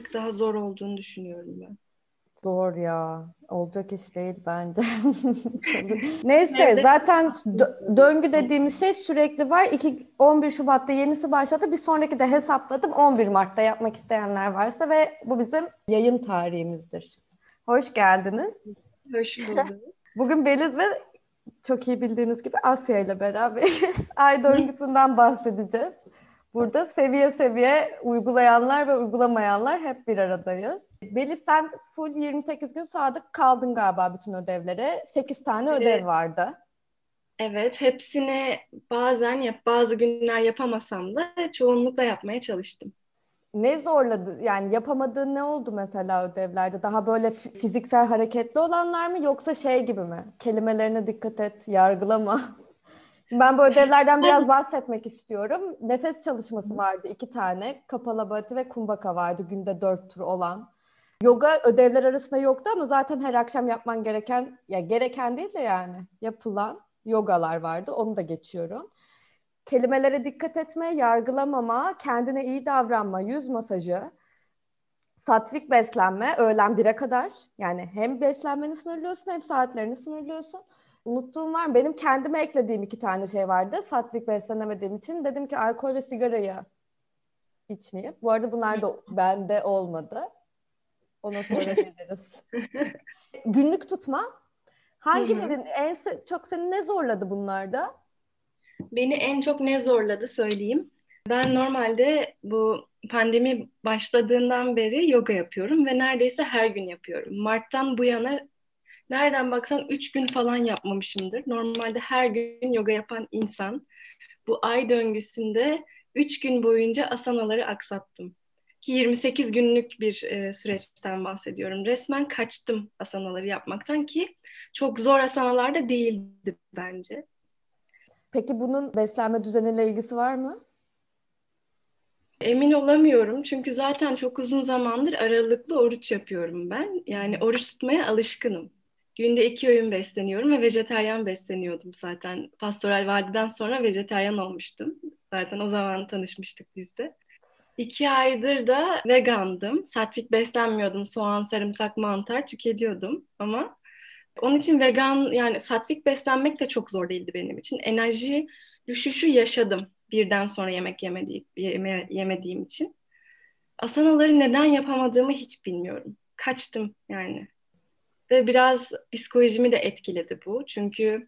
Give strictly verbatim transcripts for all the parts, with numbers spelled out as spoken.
tık daha zor olduğunu düşünüyorum ben. Zor ya. Olacak iş değil bence. Çalış- Neyse Evde zaten dö- yapıyordum. döngü dediğimiz şey sürekli var. İki, on bir Şubat'ta yenisi başladı. Bir sonraki de hesapladım on bir Mart'ta yapmak isteyenler varsa ve bu bizim yayın tarihimizdir. Hoş geldiniz. Hoş buldum. Bugün Beliz ve çok iyi bildiğiniz gibi Asya ile beraberiz. Ay Hı. döngüsünden bahsedeceğiz. Burada seviye seviye uygulayanlar ve uygulamayanlar hep bir aradayız. Beliz sen full yirmi sekiz gün sadık kaldın galiba bütün ödevlere. sekiz tane ödev Ee, vardı. evet, hepsini bazen yap, bazı günler yapamasam da çoğunlukla yapmaya çalıştım. Ne zorladı? Yani yapamadığın ne oldu mesela ödevlerde? Daha böyle f- fiziksel hareketli olanlar mı yoksa şey gibi mi? Kelimelerine dikkat et, yargılama. Şimdi ben bu ödevlerden biraz bahsetmek istiyorum. Nefes çalışması vardı iki tane. Kapalabhati ve Kumbhaka vardı günde dört tur olan. Yoga ödevler arasında yoktu ama zaten her akşam yapman gereken, ya gereken değil de yani yapılan yogalar vardı. Onu da geçiyorum. Kelimelere dikkat etme, yargılamama, kendine iyi davranma, yüz masajı, satvik beslenme öğlen bire kadar. Yani hem beslenmeni sınırlıyorsun hem saatlerini sınırlıyorsun. Unuttuğum var mı? Benim kendime eklediğim iki tane şey vardı. Satvik beslenemediğim için dedim ki alkol ve sigarayı içmeyeyim. Bu arada bunlar da bende olmadı. Ona sonra geliriz. Günlük tutma. Hı hı. Hangilerin en se- çok seni ne zorladı bunlarda? Beni en çok ne zorladı söyleyeyim. Ben normalde bu pandemi başladığından beri yoga yapıyorum ve neredeyse her gün yapıyorum. Mart'tan bu yana nereden baksan üç gün falan yapmamışımdır. Normalde her gün yoga yapan insan bu ay döngüsünde üç gün boyunca asanaları aksattım. Ki yirmi sekiz günlük bir e, süreçten bahsediyorum. Resmen kaçtım asanaları yapmaktan ki çok zor asanalar da değildi bence. Peki bunun beslenme düzeniyle ilgisi var mı? Emin olamıyorum çünkü zaten çok uzun zamandır aralıklı oruç yapıyorum ben. Hı Yani hı. oruç tutmaya alışkınım. Günde iki öğün besleniyorum ve vejetaryen besleniyordum zaten. Pastoral Vadi'den sonra vejetaryen olmuştum. Zaten o zaman tanışmıştık biz de. İki aydır da vegandım. Satvik beslenmiyordum. Soğan, sarımsak, mantar tüketiyordum. Ama onun için vegan yani satvik beslenmek de çok zor değildi benim için. Enerji düşüşü yaşadım birden sonra yemek yemediğim, yeme, yemediğim için. Asanaları neden yapamadığımı hiç bilmiyorum. Kaçtım yani. Ve biraz psikolojimi de etkiledi bu. Çünkü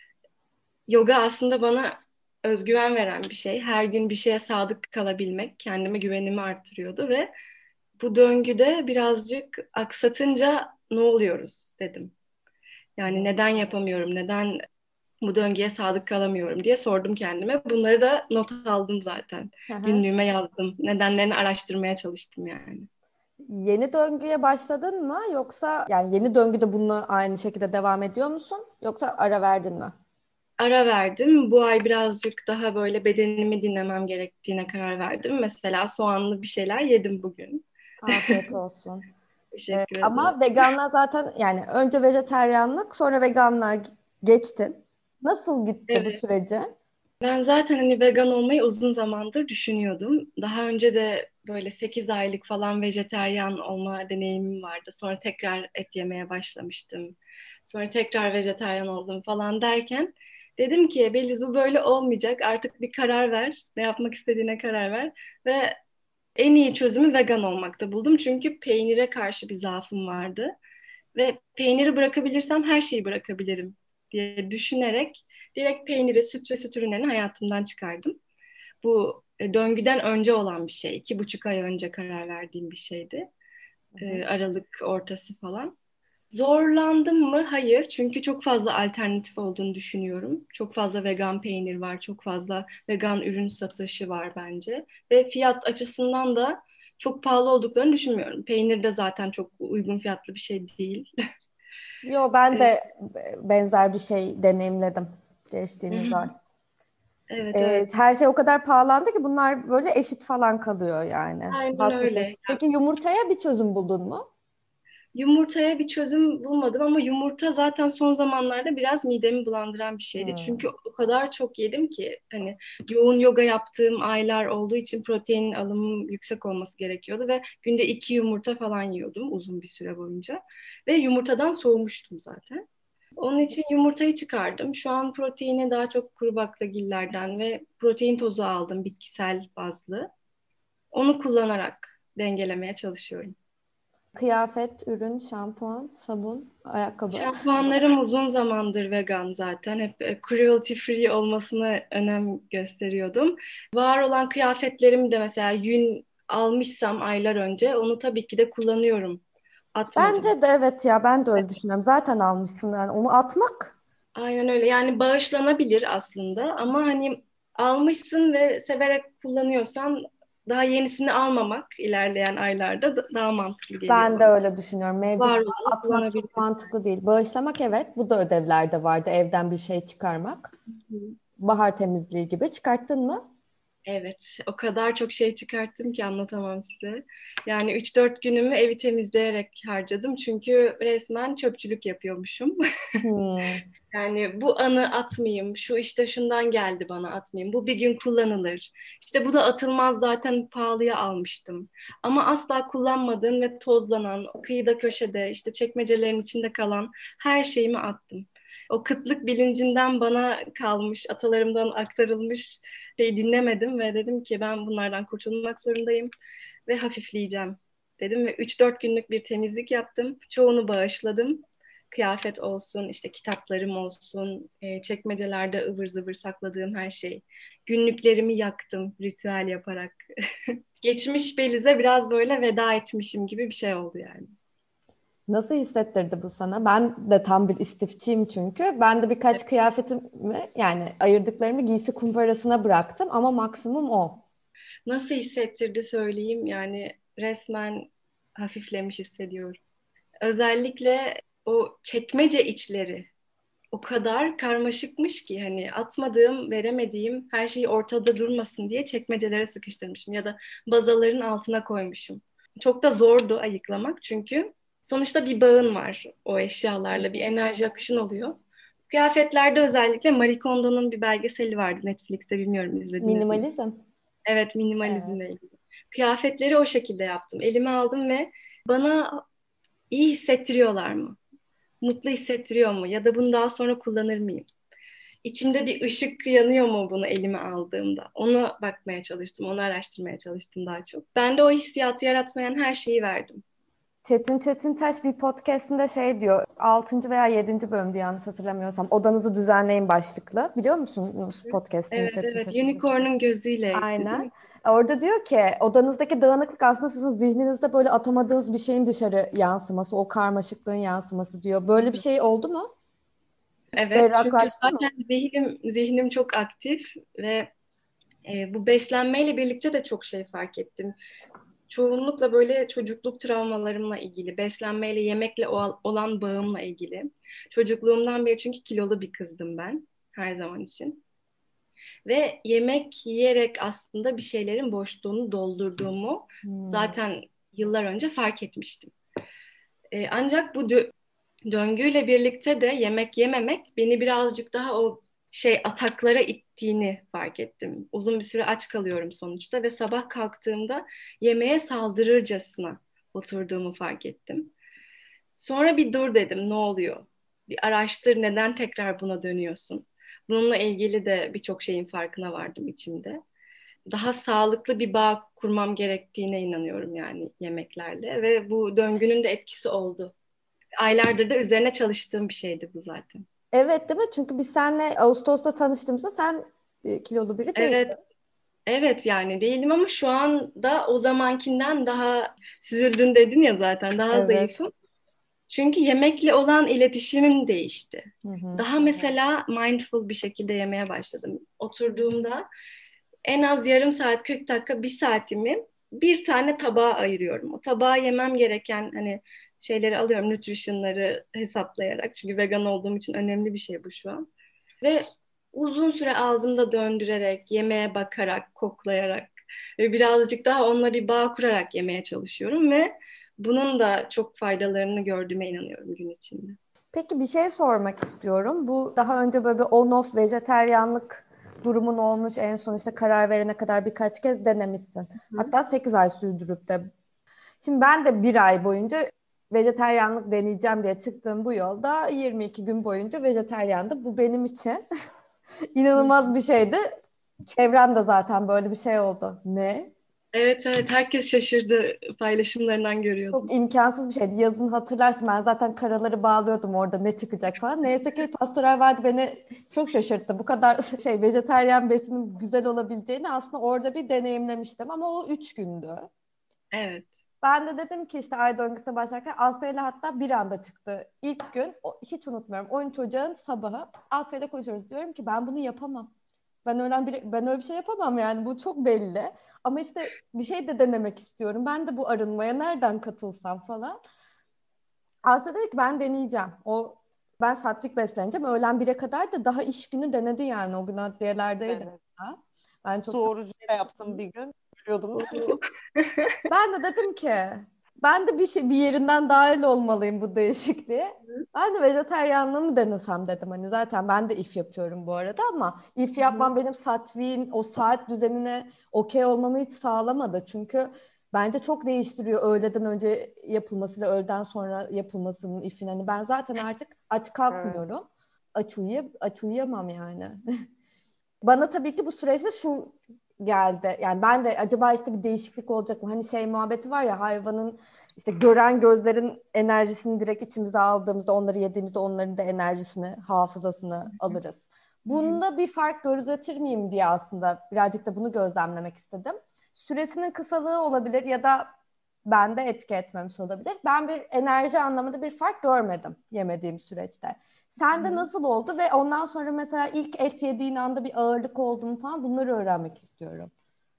yoga aslında bana özgüven veren bir şey. Her gün bir şeye sadık kalabilmek kendime güvenimi arttırıyordu ve bu döngüde birazcık aksatınca ne oluyoruz dedim. Yani neden yapamıyorum, neden bu döngüye sadık kalamıyorum diye sordum kendime. Bunları da not aldım zaten. Hı hı. Günlüğüme yazdım. Nedenlerini araştırmaya çalıştım yani. Yeni döngüye başladın mı yoksa yani yeni döngüde bununla aynı şekilde devam ediyor musun yoksa ara verdin mi? Ara verdim. Bu ay birazcık daha böyle bedenimi dinlemem gerektiğine karar verdim. Mesela soğanlı bir şeyler yedim bugün. Afiyet olsun. Ee, Teşekkür ederim. ama veganlığa zaten yani önce vejeteryanlık sonra veganlığa geçtin. Nasıl gitti bu Evet. süreci? Ben zaten hani vegan olmayı uzun zamandır düşünüyordum. Daha önce de böyle sekiz aylık falan vejeteryan olma deneyimim vardı. Sonra tekrar et yemeye başlamıştım. Sonra tekrar vejeteryan oldum falan derken dedim ki Beliz bu böyle olmayacak. Artık bir karar ver. Ne yapmak istediğine karar ver. Ve en iyi çözümü vegan olmakta buldum. Çünkü peynire karşı bir zaafım vardı. Ve peyniri bırakabilirsem her şeyi bırakabilirim diye düşünerek direkt peyniri, süt ve süt ürünlerini hayatımdan çıkardım. Bu e, döngüden önce olan bir şey. İki buçuk ay önce karar verdiğim bir şeydi. Hı hı. E, Aralık ortası falan. Zorlandım mı? Hayır. Çünkü çok fazla alternatif olduğunu düşünüyorum. Çok fazla vegan peynir var. Çok fazla vegan ürün satışı var bence. Ve fiyat açısından da çok pahalı olduklarını düşünmüyorum. Peynir de zaten çok uygun fiyatlı bir şey değil. Yo ben E, de benzer bir şey deneyimledim hı geçtiğimiz ay. hı. Evet, Ee, evet. her şey o kadar pahalandı ki bunlar böyle eşit falan kalıyor yani. Aynen Haklısın. öyle. Peki yumurtaya bir çözüm buldun mu? Yumurtaya bir çözüm bulmadım ama yumurta zaten son zamanlarda biraz midemi bulandıran bir şeydi. Hmm. Çünkü o kadar çok yedim ki hani yoğun yoga yaptığım aylar olduğu için protein alımım yüksek olması gerekiyordu ve günde iki yumurta falan yiyordum uzun bir süre boyunca. Ve yumurtadan soğumuştum zaten. Onun için yumurtayı çıkardım. Şu an proteini daha çok kuru baklagillerden ve protein tozu aldım bitkisel bazlı. Onu kullanarak dengelemeye çalışıyorum. Kıyafet, ürün, şampuan, sabun, ayakkabı. Şampuanlarım uzun zamandır vegan zaten. Hep e, cruelty free olmasına önem gösteriyordum. Var olan kıyafetlerimi de mesela yün almışsam aylar önce onu tabii ki de kullanıyorum. Atmadım. Bence de evet ya, ben de öyle düşünüyorum. Zaten almışsın, yani onu atmak. Aynen öyle. Yani bağışlanabilir aslında ama hani almışsın ve severek kullanıyorsan daha yenisini almamak ilerleyen aylarda da- daha mantıklı geliyor Ben de bana. öyle düşünüyorum. Mevcut Var olanı atmak çok kullanabilir. mantıklı değil. Bağışlamak evet, bu da ödevlerde vardı. Evden bir şey çıkarmak. Bahar temizliği gibi. Çıkarttın mı? Evet, o kadar çok şey çıkarttım ki anlatamam size. Yani üç dört günümü evi temizleyerek harcadım çünkü resmen çöpçülük yapıyormuşum. Hmm. Yani bu anı atmayayım, şu işte şundan geldi bana atmayayım, bu bir gün kullanılır. İşte bu da atılmaz zaten pahalıya almıştım. Ama asla kullanmadığım ve tozlanan, kıyıda köşede, işte çekmecelerin içinde kalan her şeyimi attım. O kıtlık bilincinden bana kalmış, atalarımdan aktarılmış şeyi dinlemedim ve dedim ki ben bunlardan kurtulmak zorundayım ve hafifleyeceğim dedim ve üç dört günlük bir temizlik yaptım. Çoğunu bağışladım. Kıyafet olsun, işte kitaplarım olsun, e, çekmecelerde ıvır zıvır sakladığım her şey. Günlüklerimi yaktım ritüel yaparak. Geçmiş Beliz'e biraz böyle veda etmişim gibi bir şey oldu yani. Nasıl hissettirdi bu sana? Ben de tam bir istifçiyim çünkü. Ben de birkaç kıyafetimi, yani ayırdıklarımı giysi kumbarasına bıraktım ama maksimum o. Nasıl hissettirdi söyleyeyim yani resmen hafiflemiş hissediyorum. Özellikle o çekmece içleri o kadar karmaşıkmış ki hani atmadığım, veremediğim her şeyi ortada durmasın diye çekmecelere sıkıştırmışım ya da bazaların altına koymuşum. Çok da zordu ayıklamak çünkü sonuçta bir bağın var o eşyalarla, bir enerji akışın oluyor. Kıyafetlerde özellikle Marie Kondo'nun bir belgeseli vardı Netflix'te, bilmiyorum izlediniz mi? Minimalizm. Evet, Evet. minimalizmle ilgili. Kıyafetleri o şekilde yaptım. Elime aldım ve bana iyi hissettiriyorlar mı? Mutlu hissettiriyor mu? Ya da bunu daha sonra kullanır mıyım? İçimde bir ışık yanıyor mu bunu elime aldığımda? Ona bakmaya çalıştım, onu araştırmaya çalıştım daha çok. Ben de o hissiyatı yaratmayan her şeyi verdim. Çetin Çetintaş bir podcastinde şey diyor, altıncı veya yedinci bölümdü yanlış hatırlamıyorsam, odanızı düzenleyin başlıklı. Biliyor musunuz podcast'ini Evet, Çetin evet. Çetintaş'ın? Unicorn'un gözüyleydi, değil Aynen. mi? Orada diyor ki odanızdaki dağınıklık aslında sizin zihninizde böyle atamadığınız bir şeyin dışarı yansıması, o karmaşıklığın yansıması diyor. Hı Böyle bir hı. şey oldu mu? Evet, çünkü Berraklaştı mı? zaten zihnim, zihnim çok aktif ve e, bu beslenmeyle birlikte de çok şey fark ettim. Çoğunlukla böyle çocukluk travmalarımla ilgili, beslenmeyle, yemekle o- olan bağımla ilgili. Çocukluğumdan beri çünkü kilolu bir kızdım ben her zaman için. Ve yemek yiyerek aslında bir şeylerin boşluğunu doldurduğumu Hmm. zaten yıllar önce fark etmiştim. Ee, ancak bu dö- döngüyle birlikte de yemek yememek beni birazcık daha o şey ataklara ittiğini fark ettim. Uzun bir süre aç kalıyorum sonuçta ve sabah kalktığımda yemeğe saldırırcasına oturduğumu fark ettim. Sonra bir dur dedim, ne oluyor? Bir araştır, neden tekrar buna dönüyorsun? Bununla ilgili de birçok şeyin farkına vardım içimde. Daha sağlıklı bir bağ kurmam gerektiğine inanıyorum yani yemeklerle ve bu döngünün de etkisi oldu. Aylardır da üzerine çalıştığım bir şeydi bu zaten. Evet değil mi? Çünkü biz seninle Ağustos'ta tanıştığımızda sen e, kilolu biri Evet, değildin. evet yani değilim ama şu anda o zamankinden daha süzüldün dedin ya zaten daha Evet. zayıfım. Çünkü yemekle olan iletişimim değişti. Hı hı. Daha mesela mindful bir şekilde yemeye başladım. Oturduğumda en az yarım saat, kırk dakika, bir saatimi bir tane tabağa ayırıyorum. O tabağa yemem gereken hani şeyleri alıyorum, nutrition'ları hesaplayarak. Çünkü vegan olduğum için önemli bir şey bu şu an. Ve uzun süre ağzımda döndürerek, yemeğe bakarak, koklayarak ve birazcık daha onunla bir bağ kurarak yemeye çalışıyorum ve bunun da çok faydalarını gördüğüme inanıyorum gün içinde. Peki bir şey sormak istiyorum. Bu daha önce böyle bir on-off vejeteryanlık durumun olmuş. En son işte karar verene kadar birkaç kez denemişsin. Hı. Hatta sekiz ay sürdürüp de. Şimdi ben de bir ay boyunca vejeteryanlık deneyeceğim diye çıktığım bu yolda yirmi iki gün boyunca vejeteryandı. Bu benim için inanılmaz bir şeydi. Çevrem de zaten böyle bir şey oldu. Ne? Evet, evet, herkes şaşırdı, paylaşımlarından Çok görüyordum. imkansız bir şeydi. Yazın hatırlarsın, ben zaten karaları bağlıyordum orada ne çıkacak falan. Neyse ki Pastoral Vadi beni çok şaşırttı. Bu kadar şey vejetaryen besinin güzel olabileceğini aslında orada bir deneyimlemiştim ama o üç gündü. Evet. Ben de dedim ki işte ay döngüsüne başlarken Asya ile hatta bir anda çıktı. İlk gün o- hiç unutmuyorum on üç Ocak'ın sabahı Asya ile konuşuyoruz. Diyorum ki ben bunu yapamam. Ben öyle bir, ben öyle bir şey yapamam yani bu çok belli. Ama işte bir şey de denemek istiyorum. Ben de bu arınmaya nereden katılsam falan. Asya dedi ki ben deneyeceğim. O ben sattık besleneceğim. Öğlen bire kadar da daha iş günü denedi yani. O gün adliyelerdeydi. Evet. hatta. Ben Su çok orucu da yaptım bir gün. Biliyordum. Oo. ben de dedim ki ben de bir şey bir yerinden dahil olmalıyım bu değişikliğe. Ben de vejetaryenliği mı denesem dedim. Hani zaten ben de if yapıyorum bu arada ama if yapmam benim satvin o saat düzenine okey olmamı hiç sağlamadı. Çünkü bence çok değiştiriyor öğleden önce yapılmasıyla öğleden sonra yapılmasının ifini. Hani ben zaten artık aç Evet. kalkmıyorum. Aç, uyuya, aç uyuyamam yani. Bana tabii ki bu süreçte şu geldi. Yani ben de acaba işte bir değişiklik olacak mı? Hani şey muhabbeti var ya hayvanın işte gören gözlerin enerjisini direkt içimize aldığımızda onları yediğimizde onların da enerjisini, hafızasını alırız. Bunda bir fark gözetir miyim diye aslında birazcık da bunu gözlemlemek istedim. Süresinin kısalığı olabilir ya da bende etki etmemiş olabilir. Ben bir enerji anlamında bir fark görmedim yemediğim süreçte. Sende nasıl oldu ve ondan sonra mesela ilk et yediğin anda bir ağırlık oldu mu falan bunları öğrenmek istiyorum.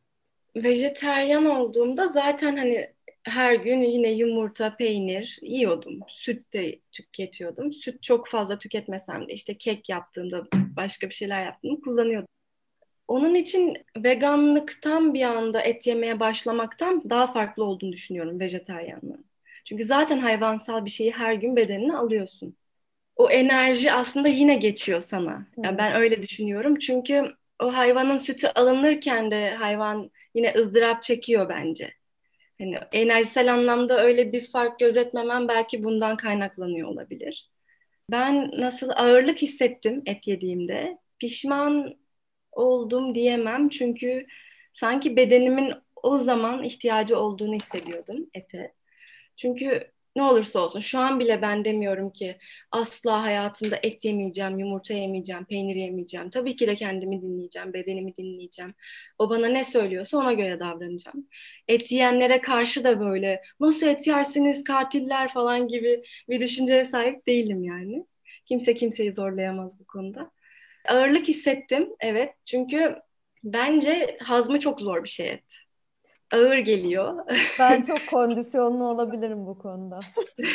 Vejeteryan olduğumda zaten hani her gün yine yumurta, peynir yiyordum. Süt de tüketiyordum. Süt çok fazla tüketmesem de işte kek yaptığımda, başka bir şeyler yaptığımda kullanıyordum. Onun için veganlıktan bir anda et yemeye başlamaktan daha farklı olduğunu düşünüyorum vejeteryanlığın. Çünkü zaten hayvansal bir şeyi her gün bedenine alıyorsun. O enerji aslında yine geçiyor sana. Yani Hmm. ben öyle düşünüyorum. Çünkü o hayvanın sütü alınırken de hayvan yine ızdırap çekiyor bence. Hani enerjisel anlamda öyle bir fark gözetmemem belki bundan kaynaklanıyor olabilir. Ben nasıl ağırlık hissettim et yediğimde. Pişman oldum diyemem çünkü sanki bedenimin o zaman ihtiyacı olduğunu hissediyordum ete. Çünkü ne olursa olsun şu an bile ben demiyorum ki asla hayatımda et yemeyeceğim, yumurta yemeyeceğim, peynir yemeyeceğim. Tabii ki de kendimi dinleyeceğim, bedenimi dinleyeceğim. O bana ne söylüyorsa ona göre davranacağım. Et yiyenlere karşı da böyle nasıl et yersiniz katiller falan gibi bir düşünceye sahip değilim yani. Kimse kimseyi zorlayamaz bu konuda. Ağırlık hissettim, evet. Çünkü bence hazmı çok zor bir şey et. Ağır geliyor. Ben çok kondisyonlu olabilirim bu konuda.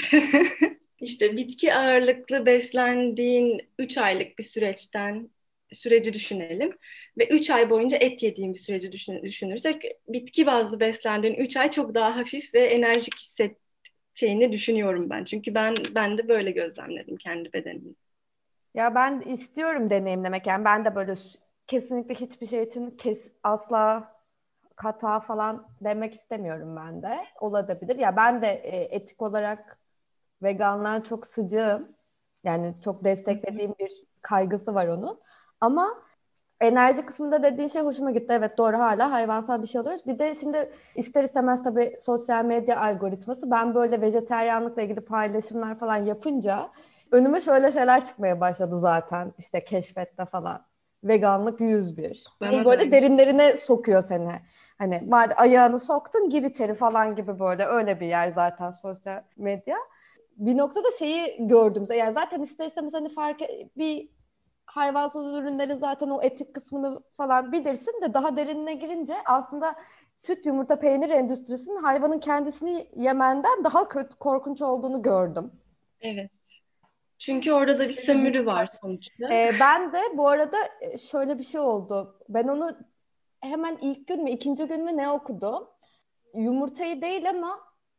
İşte bitki ağırlıklı beslendiğin üç aylık bir süreçten süreci düşünelim ve üç ay boyunca et yediğin bir süreci düşün, düşünürsek bitki bazlı beslendiğin üç ay çok daha hafif ve enerjik hissedeceğini düşünüyorum ben. Çünkü ben ben de böyle gözlemledim kendi bedenimi. Ya ben istiyorum deneyimlemek. Yani ben de böyle s- kesinlikle hiçbir şey için kes, asla hata falan demek istemiyorum ben de. Olabilir. Ya ben de e, etik olarak veganlığa çok sıcağım. Yani çok desteklediğim bir kaygısı var onun. Ama enerji kısmında dediğin şey hoşuma gitti. Evet doğru hala hayvansal bir şey alıyoruz. Bir de şimdi ister istemez tabii sosyal medya algoritması ben böyle vejeteryanlıkla ilgili paylaşımlar falan yapınca önüme şöyle şeyler çıkmaya başladı zaten. İşte keşfette falan. Veganlık yüz bir. Hani Bana da böyle aynı. derinlerine sokuyor seni. Hani madem ayağını soktun gir içeri falan gibi böyle öyle bir yer zaten sosyal medya. Bir noktada şeyi gördüm. Yani zaten ister istemez hani fark bir hayvansal ürünlerin zaten o etik kısmını falan bilirsin de daha derinine girince aslında süt, yumurta, peynir endüstrisinin hayvanın kendisini yemenden daha kötü, korkunç olduğunu gördüm. Evet. Çünkü orada da bir sömürü var sonuçta. Ee, ben de bu arada e, şöyle bir şey oldu. Ben onu hemen ilk gün mü, ikinci gün mü ne okudum? Yumurtayı değil ama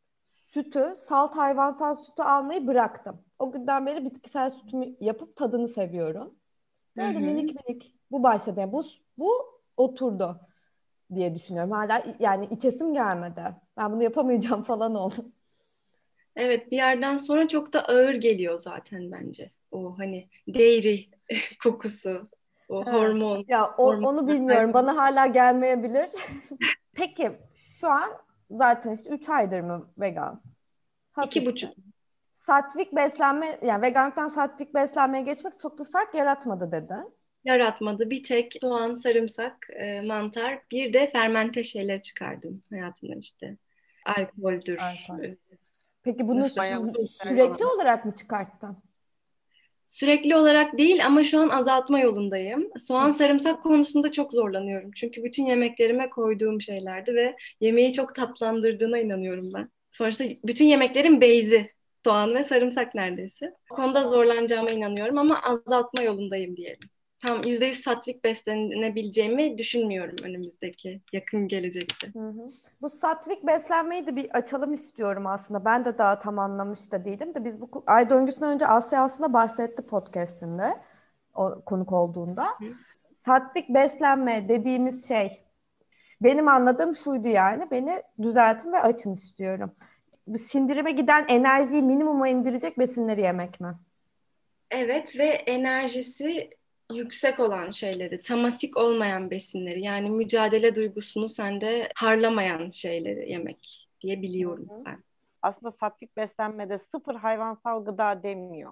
sütü, salt hayvansal sütü almayı bıraktım. O günden beri bitkisel sütümü yapıp tadını seviyorum. Hı Böyle hı. minik minik bu başladı. Yani bu bu oturdu diye düşünüyorum. Hala yani içesim gelmedi. Ben bunu yapamayacağım falan oldum. Evet, bir yerden sonra çok da ağır geliyor zaten bence. O hani dairy kokusu, o He. hormon, Ya o, hormon onu bilmiyorum. hayvan. Bana hala gelmeyebilir. Peki şu an zaten işte üç aydır mı vegan? İki buçuk. Hafifsin. Satvik beslenme, yani veganlıktan satvik beslenmeye geçmek çok bir fark yaratmadı dedin. Yaratmadı. Bir tek soğan, sarımsak, e, mantar, bir de fermente şeyler çıkardım hayatımdan işte. Alkoldür. Alkol. e, Peki bunu Nasıl Mayalı sü- şeyler desem. sürekli falan. olarak mı çıkarttın? Sürekli olarak değil ama şu an azaltma yolundayım. Soğan, sarımsak konusunda çok zorlanıyorum. Çünkü bütün yemeklerime koyduğum şeylerdi ve yemeği çok tatlandırdığına inanıyorum ben. Sonuçta bütün yemeklerin beyzi soğan ve sarımsak neredeyse. O konuda zorlanacağıma inanıyorum ama azaltma yolundayım diyelim. Tam yüzde yüz satvik beslenebileceğimi düşünmüyorum önümüzdeki yakın gelecekte. Hı hı. Bu satvik beslenmeyi de bir açalım istiyorum aslında. Ben de daha tam anlamış da değilim de biz bu ay döngüsünden önce Asya aslında bahsetti podcast'inde o konuk olduğunda. Hı. Satvik beslenme dediğimiz şey benim anladığım şuydu yani. Beni düzeltin ve açın istiyorum. Bu sindirime giden enerjiyi minimuma indirecek besinleri yemek mi? Evet ve enerjisi yüksek olan şeyleri, tamasik olmayan besinleri yani mücadele duygusunu sende harlamayan şeyleri yemek diye Hı biliyorum hı. ben. Aslında satvik beslenmede sıfır hayvansal gıda demiyor.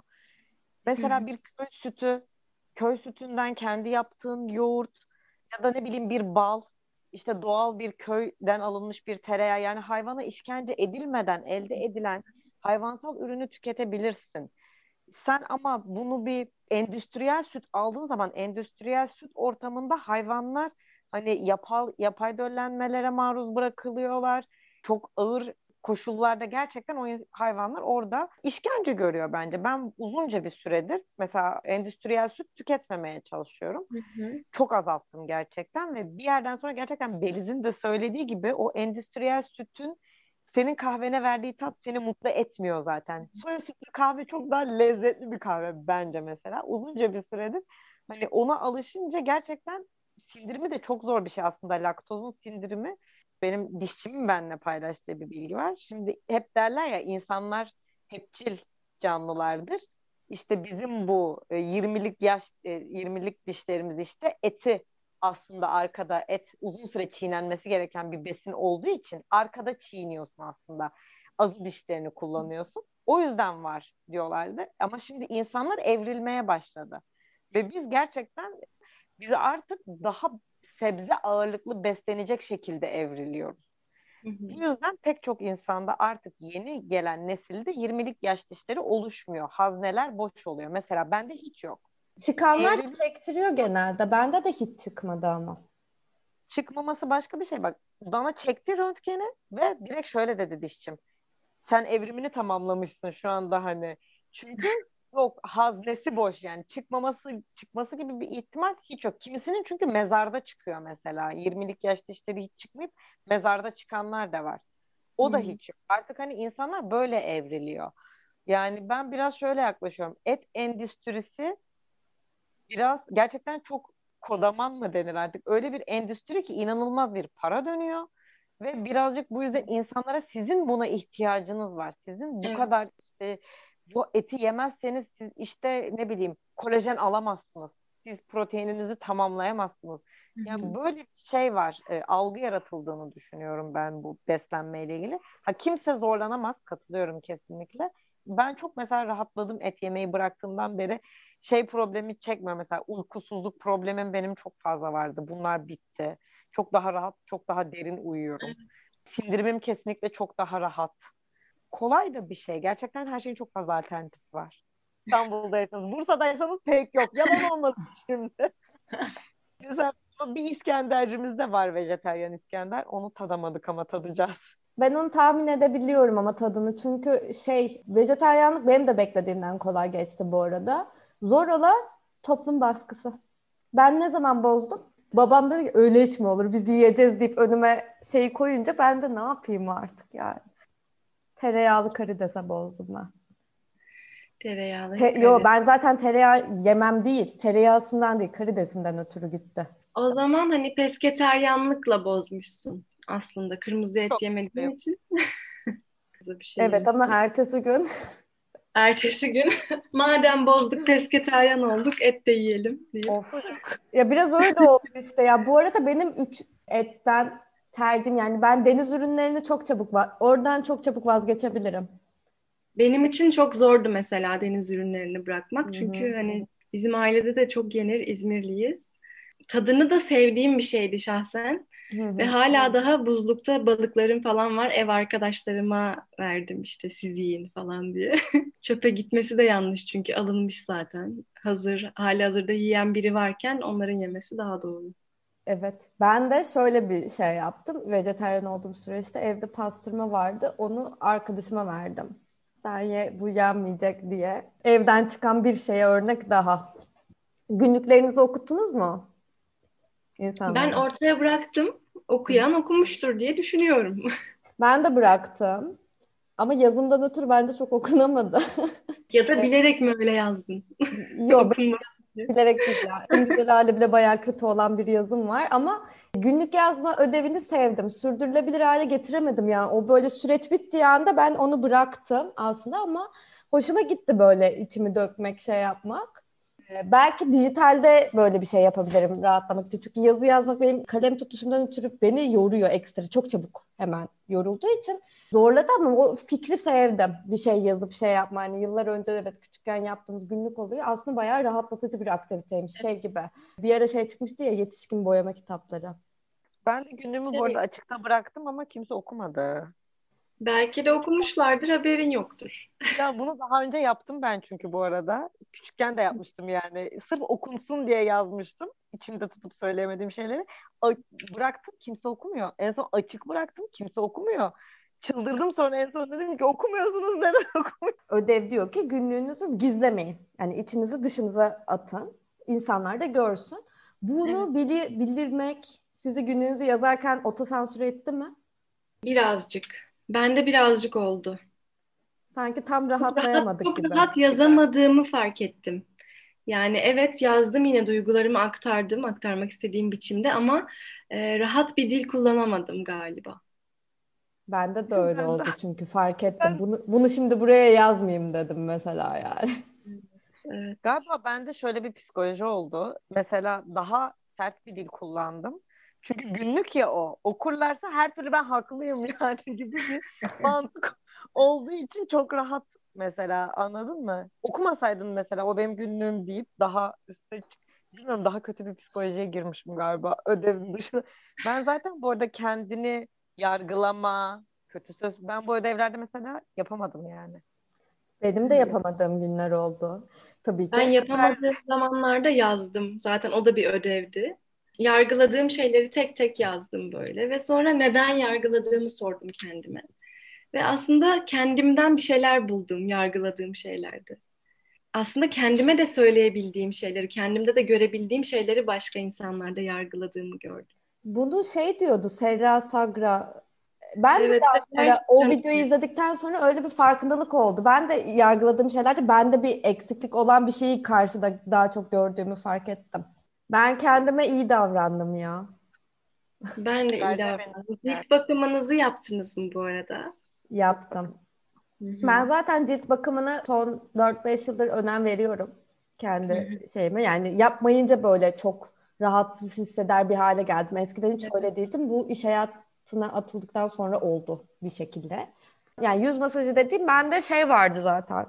Hı Mesela hı. bir köy sütü, köy sütünden kendi yaptığın yoğurt ya da ne bileyim bir bal, işte doğal bir köyden alınmış bir tereyağı, yani hayvana işkence edilmeden elde edilen hayvansal ürünü tüketebilirsin. Sen ama bunu bir endüstriyel süt aldığın zaman endüstriyel süt ortamında hayvanlar hani yapay, yapay döllenmelere maruz bırakılıyorlar. Çok ağır koşullarda gerçekten o hayvanlar orada işkence görüyor bence. Ben uzunca bir süredir mesela endüstriyel süt tüketmemeye çalışıyorum. Hı hı. Çok azalttım gerçekten ve bir yerden sonra gerçekten Beliz'in de söylediği gibi o endüstriyel sütün senin kahvene verdiği tat seni mutlu etmiyor zaten. Soya sütlü kahve çok daha lezzetli bir kahve bence mesela. Uzunca bir süredir hani ona alışınca gerçekten sindirimi de çok zor bir şey aslında. Laktozun sindirimi, benim dişçimin benimle paylaştığı bir bilgi var. Şimdi hep derler ya, insanlar hepçil canlılardır. İşte bizim bu e, yirmilik yaş e, yirmilik dişlerimiz işte eti, aslında arkada et uzun süre çiğnenmesi gereken bir besin olduğu için arkada çiğniyorsun aslında. Azı dişlerini kullanıyorsun. O yüzden var diyorlardı. Ama şimdi insanlar evrilmeye başladı. Ve biz gerçekten bizi artık daha sebze ağırlıklı beslenecek şekilde evriliyoruz. Hı hı. Bu yüzden pek çok insanda artık yeni gelen nesilde yirmilik yaş dişleri oluşmuyor. Hazneler boş oluyor. Mesela bende hiç yok. Çıkanlar Evrim çektiriyor genelde. Bende de hiç çıkmadı ama. çıkmaması başka bir şey. Bak, bana çekti röntgeni ve direkt şöyle dedi dişçim: sen evrimini tamamlamışsın şu anda hani. Çünkü yok, haznesi boş, yani çıkmaması çıkması gibi bir ihtimal hiç yok. Kimisinin çünkü mezarda çıkıyor mesela. yirmilik yaş dişleri hiç çıkmayıp mezarda çıkanlar da var. Hı O da hı. hiç yok. Artık hani insanlar böyle evriliyor. Yani ben biraz şöyle yaklaşıyorum. Et endüstrisi biraz gerçekten çok kodaman mı denir artık? Öyle bir endüstri ki inanılmaz bir para dönüyor. Ve birazcık bu yüzden insanlara sizin buna ihtiyacınız var. Sizin bu Evet. kadar işte bu eti yemezseniz siz işte ne bileyim kolajen alamazsınız. Siz proteininizi tamamlayamazsınız. Hı hı. Yani böyle bir şey var. E, algı yaratıldığını düşünüyorum ben bu beslenmeyle ilgili. Ha, kimse zorlanamaz. Katılıyorum kesinlikle. Ben çok mesela rahatladım et yemeyi bıraktığımdan beri. Şey problemi çekmiyorum. Mesela uykusuzluk problemim benim çok fazla vardı. Bunlar bitti. Çok daha rahat, çok daha derin uyuyorum. Evet. Sindirimim kesinlikle çok daha rahat. Kolay da bir şey. Gerçekten her şeyin çok fazla alternatifi var. İstanbul'daysanız, Bursa'daysanız pek yok. Yalan olmasın şimdi. Mesela bir İskendercimiz de var, vejetaryen İskender. Onu tadamadık ama tadacağız. Ben onu tahmin edebiliyorum ama tadını. Çünkü şey, vejetaryenlik benim de beklediğimden kolay geçti bu arada. Zor olan toplum baskısı. Ben ne zaman bozdum? Babam dedi ki öyle iş mi olur? Biz yiyeceğiz deyip önüme şeyi koyunca ben de ne yapayım artık yani. Tereyağlı karidese bozdum ben. Tereyağlı Te- Yo, karides. ben zaten tereyağı yemem değil. Tereyağısından değil, karidesinden ötürü gitti. O zaman hani pesketeryanlıkla bozmuşsun aslında. Kırmızı et Çok yemediğin mutluyum. için bir şey Evet ama yemişsin. ertesi gün Ertesi gün madem bozduk pesketeryan olduk et de yiyelim diye. Of çocuk. ya biraz öyle oldu işte ya. Bu arada benim üç etten tercihim, yani ben deniz ürünlerini çok çabuk va- oradan çok çabuk vazgeçebilirim. Benim için çok zordu mesela deniz ürünlerini Hı bırakmak. hı. Çünkü hani bizim ailede de çok yenir, İzmirliyiz. Tadını da sevdiğim bir şeydi şahsen. Hı Ve hı. hala daha buzlukta balıklarım falan var. Ev arkadaşlarıma verdim işte siz yiyin falan diye. Çöpe gitmesi de yanlış çünkü alınmış zaten. Hazır, hali hazırda yiyen biri varken onların yemesi daha doğru. Evet. Ben de şöyle bir şey yaptım. Vejetaryen olduğum süreçte evde pastırma vardı. Onu arkadaşıma verdim. Sen ye, bu yenmeyecek diye. Evden çıkan bir şeye örnek daha. Günlüklerinizi okuttunuz mu Ben insanlara? ortaya bıraktım. Hı hı. Okuyan okumuştur diye düşünüyorum. Ben de bıraktım. Ama yazımdan ötürü bende çok okunamadı. Ya da Evet. bilerek mi öyle yazdın? Yok, Okunmaz diye. bilerek değil ya. En güzel hali bile bayağı kötü olan bir yazım var ama günlük yazma ödevini sevdim. Sürdürülebilir hale getiremedim ya. O böyle süreç bittiği anda ben onu bıraktım aslında ama hoşuma gitti böyle içimi dökmek, şey yapmak. Ee, Belki dijitalde böyle bir şey yapabilirim rahatlamak için. Çünkü yazı yazmak benim kalem tutuşumdan ötürü beni yoruyor ekstra. Çok çabuk hemen yorulduğu için zorladı ama o fikri sevdim. Bir şey yazıp şey yapma. Hani yıllar önce evet küçükken yaptığımız günlük oluyor. Aslında bayağı rahatlatıcı bir aktiviteymiş. Şey gibi. Bir ara şey çıkmıştı ya, yetişkin boyama kitapları. Ben de günlüğümü bu arada Evet. açıkta bıraktım ama kimse okumadı. Belki de okumuşlardır, haberin yoktur. Ya bunu daha önce yaptım ben çünkü bu arada. Küçükken de yapmıştım yani. Sırf okunsun diye yazmıştım. İçimde tutup söyleyemediğim şeyleri. A- bıraktım, kimse okumuyor. En son açık bıraktım, kimse okumuyor. Çıldırdım sonra, en son dedim ki okumuyorsunuz, neden okumuyorsunuz? Ödev diyor ki günlüğünüzü gizlemeyin. Yani içinizi dışınıza atın. İnsanlar da görsün. Evet. Bunu bili bildirmek sizi günlüğünüzü yazarken otosansür etti mi? Birazcık. Bende birazcık oldu. Sanki tam Çok rahat, rahatlayamadık çok gibi. rahat yazamadığımı fark ettim. Yani evet yazdım yine duygularımı aktardım, aktarmak istediğim biçimde ama e, rahat bir dil kullanamadım galiba. Bende de öyle Ben de, oldu çünkü fark ettim. ben Bunu bunu şimdi buraya yazmayayım dedim mesela yani. Evet. Galiba bende şöyle bir psikoloji oldu. Mesela daha sert bir dil kullandım. Çünkü günlük ya o. Okurlarsa her türlü ben haklıyım yani gibi bir mantık olduğu için çok rahat mesela, anladın mı? Okumasaydın mesela o benim günlüğüm deyip daha üstte çık- bilmiyorum, daha kötü bir psikolojiye girmişim galiba ödevin dışında. Ben zaten bu arada kendini yargılama, kötü söz, ben bu ödevlerde mesela yapamadım yani. Benim de yapamadığım günler oldu. Tabii Ben ki. yapamadığım zamanlarda yazdım. Zaten o da bir ödevdi. Yargıladığım şeyleri tek tek yazdım böyle ve sonra neden yargıladığımı sordum kendime. Ve aslında kendimden bir şeyler buldum yargıladığım şeylerde. Aslında kendime de söyleyebildiğim şeyleri, kendimde de görebildiğim şeyleri başka insanlarda yargıladığımı gördüm. Bunu şey diyordu Serra Sagra. Ben de Evet, daha Sefer sonra o videoyu Sarıkaya. izledikten sonra öyle bir farkındalık oldu. Ben de yargıladığım şeylerde bende bir eksiklik olan bir şeyi karşıda daha çok gördüğümü fark ettim. Ben kendime iyi davrandım ya. Ben de iyi Verse beni davrandım. çeker. Cilt bakımınızı yaptınız mı bu arada? Cilt Yaptım. bakım. Hı hı. Ben zaten cilt bakımını son dört beş yıldır önem veriyorum. Hı Kendi hı. şeyime. Yani yapmayınca böyle çok rahatsız hisseder bir hale geldim. Eskiden hiç Evet. öyle değildim. Bu iş hayatına atıldıktan sonra oldu bir şekilde. Yani yüz masajı dediğim bende şey vardı zaten.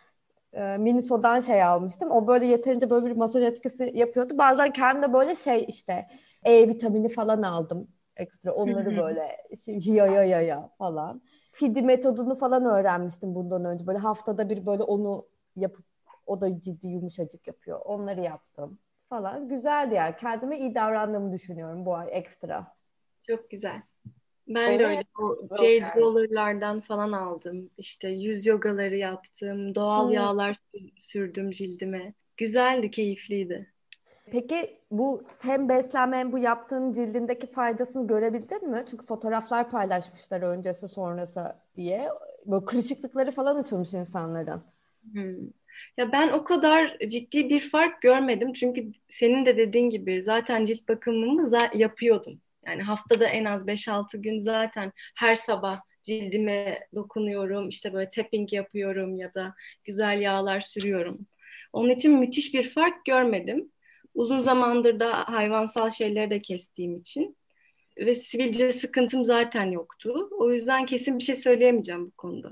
E, Miniso'dan şey almıştım. O böyle yeterince böyle bir masaj etkisi yapıyordu. Bazen kendime böyle şey işte E vitamini falan aldım. Ekstra Hı onları hı. böyle şey, ya ya ya ya falan. Fidi metodunu falan öğrenmiştim bundan önce. Böyle haftada bir böyle onu yapıp o da ciddi yumuşacık yapıyor. Onları yaptım falan. Güzeldi ya. Kendime iyi davrandığımı düşünüyorum bu ay ekstra. Çok güzel. Ben de Beni öyle. O hep Jade Roller'lardan falan aldım. İşte yüz yogaları yaptım. Doğal Hmm. yağlar sür- sürdüm cildime. Güzeldi, keyifliydi. Peki bu hem beslenme hem bu yaptığın cildindeki faydasını görebildin mi? Çünkü fotoğraflar paylaşmışlar öncesi sonrası diye. böyle kırışıklıkları falan açılmış insanların. Hmm. Ya ben o kadar ciddi bir fark görmedim. Çünkü senin de dediğin gibi zaten cilt bakımımı za- yapıyordum. Yani haftada en az beş altı gün zaten her sabah cildime dokunuyorum. İşte böyle tapping yapıyorum ya da güzel yağlar sürüyorum. Onun için müthiş bir fark görmedim. Uzun zamandır da hayvansal şeyleri de kestiğim için ve sivilce sıkıntım zaten yoktu. O yüzden kesin bir şey söyleyemeyeceğim bu konuda.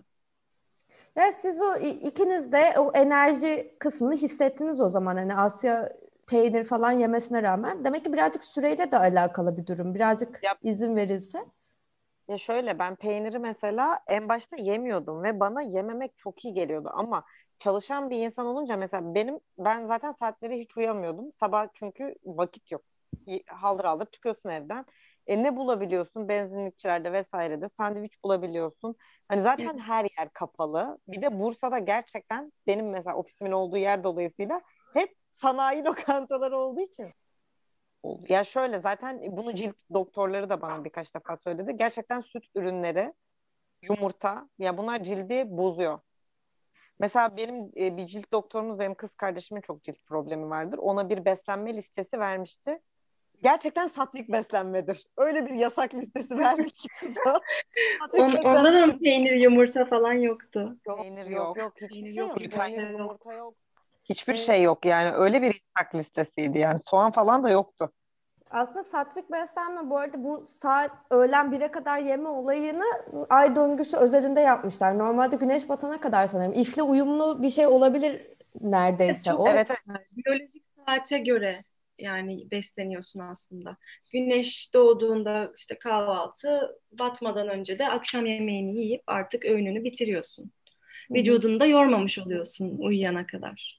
Ya siz o i- ikiniz de o enerji kısmını hissettiniz o zaman, hani Asya peynir falan yemesine rağmen. Demek ki birazcık süreyle de alakalı bir durum. Birazcık Ya, izin verilse. ya şöyle, ben peyniri mesela en başta yemiyordum ve bana yememek çok iyi geliyordu ama çalışan bir insan olunca mesela benim ben zaten saatleri hiç uyamıyordum. Sabah çünkü vakit yok. Y- Haldır haldır çıkıyorsun evden. E ne bulabiliyorsun? Benzinlikçilerde vesairede sandviç bulabiliyorsun. Hani zaten her yer kapalı. Bir de Bursa'da gerçekten benim mesela ofisimin olduğu yer dolayısıyla hep sanayi lokantaları olduğu için oldu. Ya şöyle, zaten bunu cilt doktorları da bana birkaç defa söyledi. Gerçekten süt ürünleri, yumurta, ya bunlar cildi bozuyor. Mesela benim e, bir cilt doktorumuz, benim kız kardeşimin çok cilt problemi vardır. Ona bir beslenme listesi vermişti. Gerçekten satvik beslenmedir. Öyle bir yasak listesi verdi ki kıza. Satvik On, onda da mı beslenmedir. peynir, yumurta falan yoktu? Yok, Peynir yok, yok, hiçbir Peynir şey yok. yok, Gluten yok, bizde yok. yumurta yok. Hiçbir şey yok yani. Öyle bir yasak listesiydi yani. Soğan falan da yoktu. Aslında satvik beslenme bu arada, bu saat öğlen bire kadar yeme olayını ay döngüsü özelinde yapmışlar. Normalde güneş batana kadar sanırım. İfle uyumlu bir şey olabilir Evet, neredeyse çok o. Evet, evet. güzel. Biyolojik saate göre yani besleniyorsun aslında. Güneş doğduğunda işte kahvaltı, batmadan önce de akşam yemeğini yiyip artık öğününü bitiriyorsun. Hı hı. Vücudunu da yormamış oluyorsun uyuyana kadar.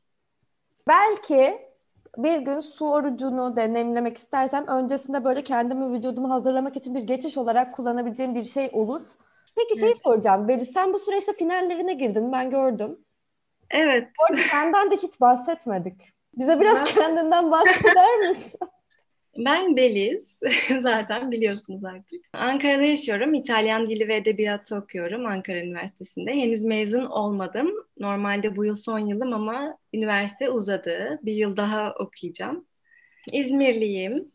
Belki bir gün su orucunu deneyimlemek istersem öncesinde böyle kendimi, vücudumu hazırlamak için bir geçiş olarak kullanabileceğim bir şey olur. Peki şeyi Evet. soracağım. Veli, sen bu süreçte finallerine girdin, ben gördüm. Evet. Bu arada senden de hiç bahsetmedik. Bize biraz Ben kendinden bahseder misin? Ben Beliz. Zaten biliyorsunuz artık. Ankara'da yaşıyorum. İtalyan dili ve edebiyatı okuyorum Ankara Üniversitesi'nde. Henüz mezun olmadım. Normalde bu yıl son yılım ama üniversite uzadı. Bir yıl daha okuyacağım. İzmirliyim.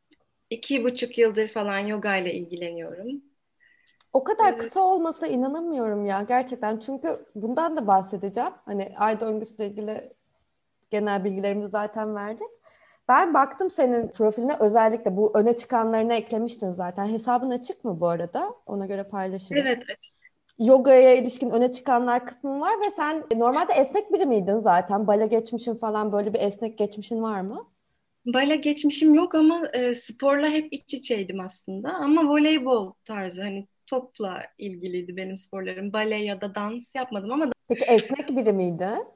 İki buçuk yıldır falan yoga ile ilgileniyorum. O kadar Ee, kısa olmasa inanamıyorum ya gerçekten. Çünkü bundan da bahsedeceğim. Hani ay döngüsüyle ilgili genel bilgilerimizi zaten verdik. Ben baktım senin profiline, özellikle bu öne çıkanlarını eklemiştin zaten. Hesabın açık mı bu arada? Ona göre paylaşırız. Evet, Yogaya ilişkin öne çıkanlar kısmın var ve sen normalde esnek biri miydin zaten? Bale geçmişin falan, böyle bir esnek geçmişin var mı? bale geçmişim yok ama e, sporla hep iç içeydim aslında. Ama voleybol tarzı hani topla ilgiliydi benim sporlarım. Bale ya da dans yapmadım ama Peki esnek biri miydin?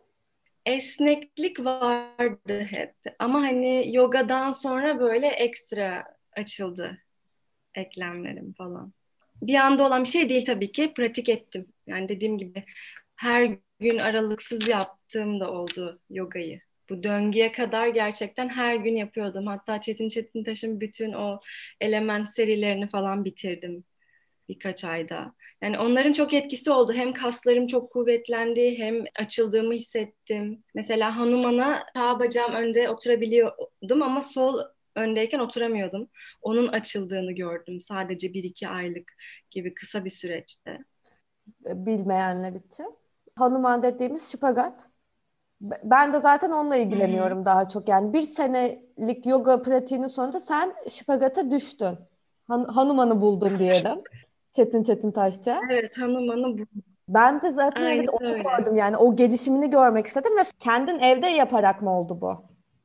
esneklik vardı hep. Ama hani yogadan sonra böyle ekstra açıldı eklemlerim falan. Bir anda olan bir şey değil tabii ki. Pratik ettim. Yani dediğim gibi her gün aralıksız yaptığım da oldu yogayı. Bu döngüye kadar gerçekten her gün yapıyordum. Hatta Çetin Çetintaş'ın bütün o element serilerini falan bitirdim birkaç ayda. Yani onların çok etkisi oldu. Hem kaslarım çok kuvvetlendi, hem açıldığımı hissettim. Mesela Hanuman'a sağ bacağım önde oturabiliyordum ama sol öndeyken oturamıyordum. Onun açıldığını gördüm sadece bir iki aylık gibi kısa bir süreçte. Bilmeyenler için. Hanuman dediğimiz şipagat. B- Ben de zaten onunla Hı hı. ilgileniyorum daha çok. Yani bir senelik yoga pratiğinin sonunda sen şipagata düştün. Han Hanuman'ı buldun diyelim. Çetin Çetin Taşça. Evet, Hanuman'ı bu. Ben de zaten evet Aynen onu öyle. gördüm. Yani o gelişimini görmek istedim ve kendin evde yaparak mı oldu bu?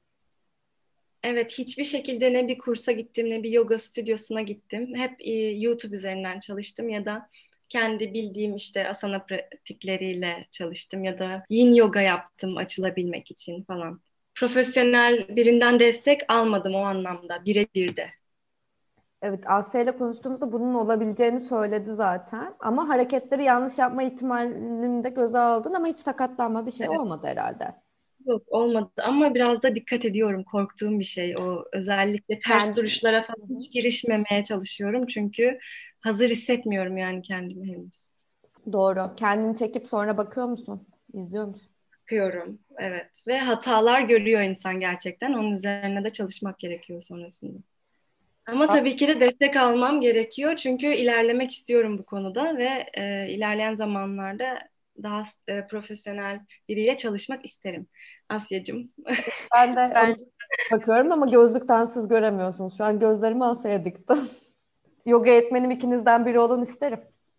Evet, hiçbir şekilde ne bir kursa gittim ne bir yoga stüdyosuna gittim. Hep e, YouTube üzerinden çalıştım ya da kendi bildiğim işte asana pratikleriyle çalıştım ya da yin yoga yaptım açılabilmek için falan. Profesyonel birinden destek almadım o anlamda birebir de. Evet, Asya ile konuştuğumuzda bunun olabileceğini söyledi zaten. Ama hareketleri yanlış yapma ihtimalini de göze aldın ama hiç sakatlanma bir şey Evet, olmadı herhalde. yok olmadı ama biraz da dikkat ediyorum. Korktuğum bir şey o. Özellikle ters Kendi... duruşlara Hı falan hı. hiç girişmemeye çalışıyorum. Çünkü hazır hissetmiyorum yani kendimi henüz. Doğru. Kendini çekip sonra bakıyor musun? İzliyor musun? Bakıyorum, evet. Ve hatalar görüyor insan gerçekten. Onun üzerine de çalışmak gerekiyor sonrasında. Ama A- tabii ki de destek almam gerekiyor. Çünkü ilerlemek istiyorum bu konuda ve e, ilerleyen zamanlarda daha e, profesyonel biriyle çalışmak isterim. Asya'cığım. Ben de ona Bence bakıyorum ama gözlükten siz göremiyorsunuz. Şu an gözlerimi Asya'ya diktim. Yoga eğitmenim ikinizden biri olun isterim.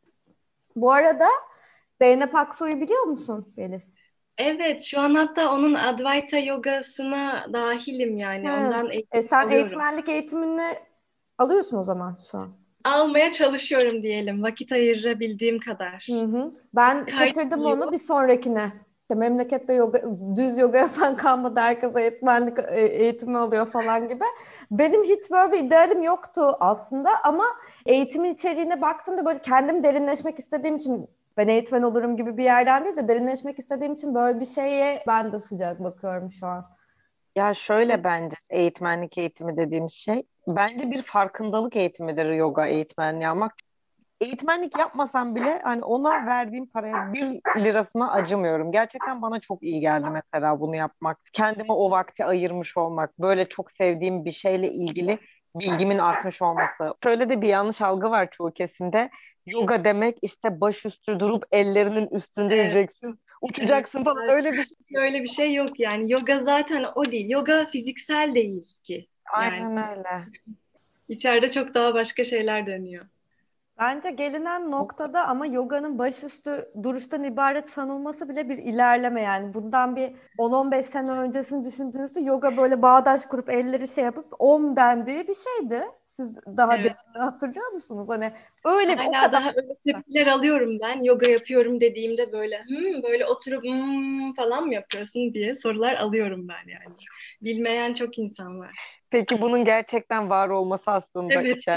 Bu arada Zeynep Aksoy'u biliyor musun Beliz? Evet, şu an hatta onun Advaita yogasına dahilim yani. He. Ondan E, eğitim sen alıyorum. eğitmenlik eğitimini alıyorsun o zaman şu an. Almaya çalışıyorum diyelim. Vakit ayırabildiğim kadar. Hı hı. Ben kaçırdım Kaydoluyor. onu bir sonrakine. İşte memlekette yoga, düz yoga yapan kalmadı. Herkes eğitmenlik e, eğitimi alıyor falan gibi. Benim hiç böyle bir idealim yoktu aslında ama eğitimin içeriğine baktığımda böyle kendim derinleşmek istediğim için ben eğitmen olurum gibi bir yerden değil de derinleşmek istediğim için böyle bir şeye ben de sıcak bakıyorum şu an. ya şöyle bence eğitmenlik eğitimi dediğimiz şey bence bir farkındalık eğitimidir yoga eğitmenliği almak. Eğitmenlik yapmasam bile hani ona verdiğim paraya bir lirasına acımıyorum. Gerçekten bana çok iyi geldi mesela bunu yapmak. Kendime o vakti ayırmış olmak. Böyle çok sevdiğim bir şeyle ilgili bilgimin artmış olması. Şöyle de bir yanlış algı var çoğu kesimde. Yoga demek işte başüstü durup ellerinin üstünde Evet, yürüyeceksin, evet. uçacaksın falan öyle bir şey. Öyle bir şey yok yani. Yoga zaten o değil. Yoga fiziksel değil ki. Yani Aynen öyle. içeride çok daha başka şeyler dönüyor. Bence gelinen noktada ama yoganın başüstü duruştan ibaret sanılması bile bir ilerleme yani. Bundan bir on on beş sene öncesini düşündüğünüzde yoga böyle bağdaş kurup elleri şey yapıp om dendiği bir şeydi. Siz daha Evet. derinini hatırlıyor musunuz? Hani öyle o Hala kadar. daha öyle tepkiler alıyorum ben. Yoga yapıyorum dediğimde böyle hmm, böyle oturup hmm, falan mı yapıyorsun diye sorular alıyorum ben yani. Bilmeyen çok insan var. Peki bunun gerçekten var olması aslında Evet. içer.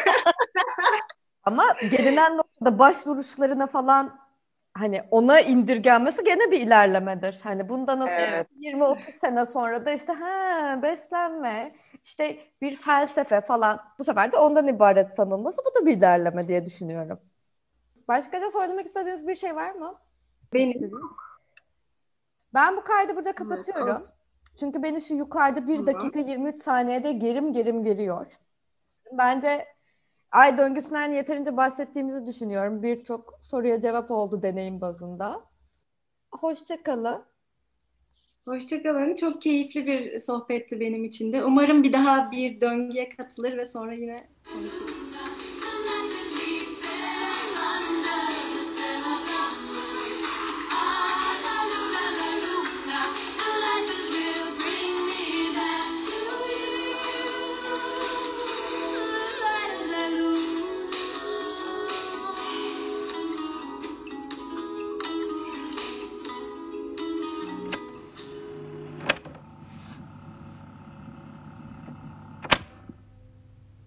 Ama gelinen noktada baş duruşlarına falan hani ona indirgenmesi gene bir ilerlemedir. Hani bundan atıyorum Evet. Evet. yirmi otuz sene sonra da işte ha beslenme, işte bir felsefe falan bu sefer de ondan ibaret sanılması bu da bir ilerleme diye düşünüyorum. Başka da söylemek istediğiniz bir şey var mı? Benim. İstediğiniz. Ben bu kaydı burada Evet, kapatıyorum. olsun. Çünkü beni şu yukarıda bir Tamam. dakika yirmi üç saniyede gerim gerim geriyor. Bence ay döngüsünden yeterince bahsettiğimizi düşünüyorum. Birçok soruya cevap oldu deneyim bazında. Hoşça kalın. Hoşça kalın. Çok keyifli bir sohbetti benim için de. Umarım bir daha bir döngüye katılır ve sonra yine konuşuruz.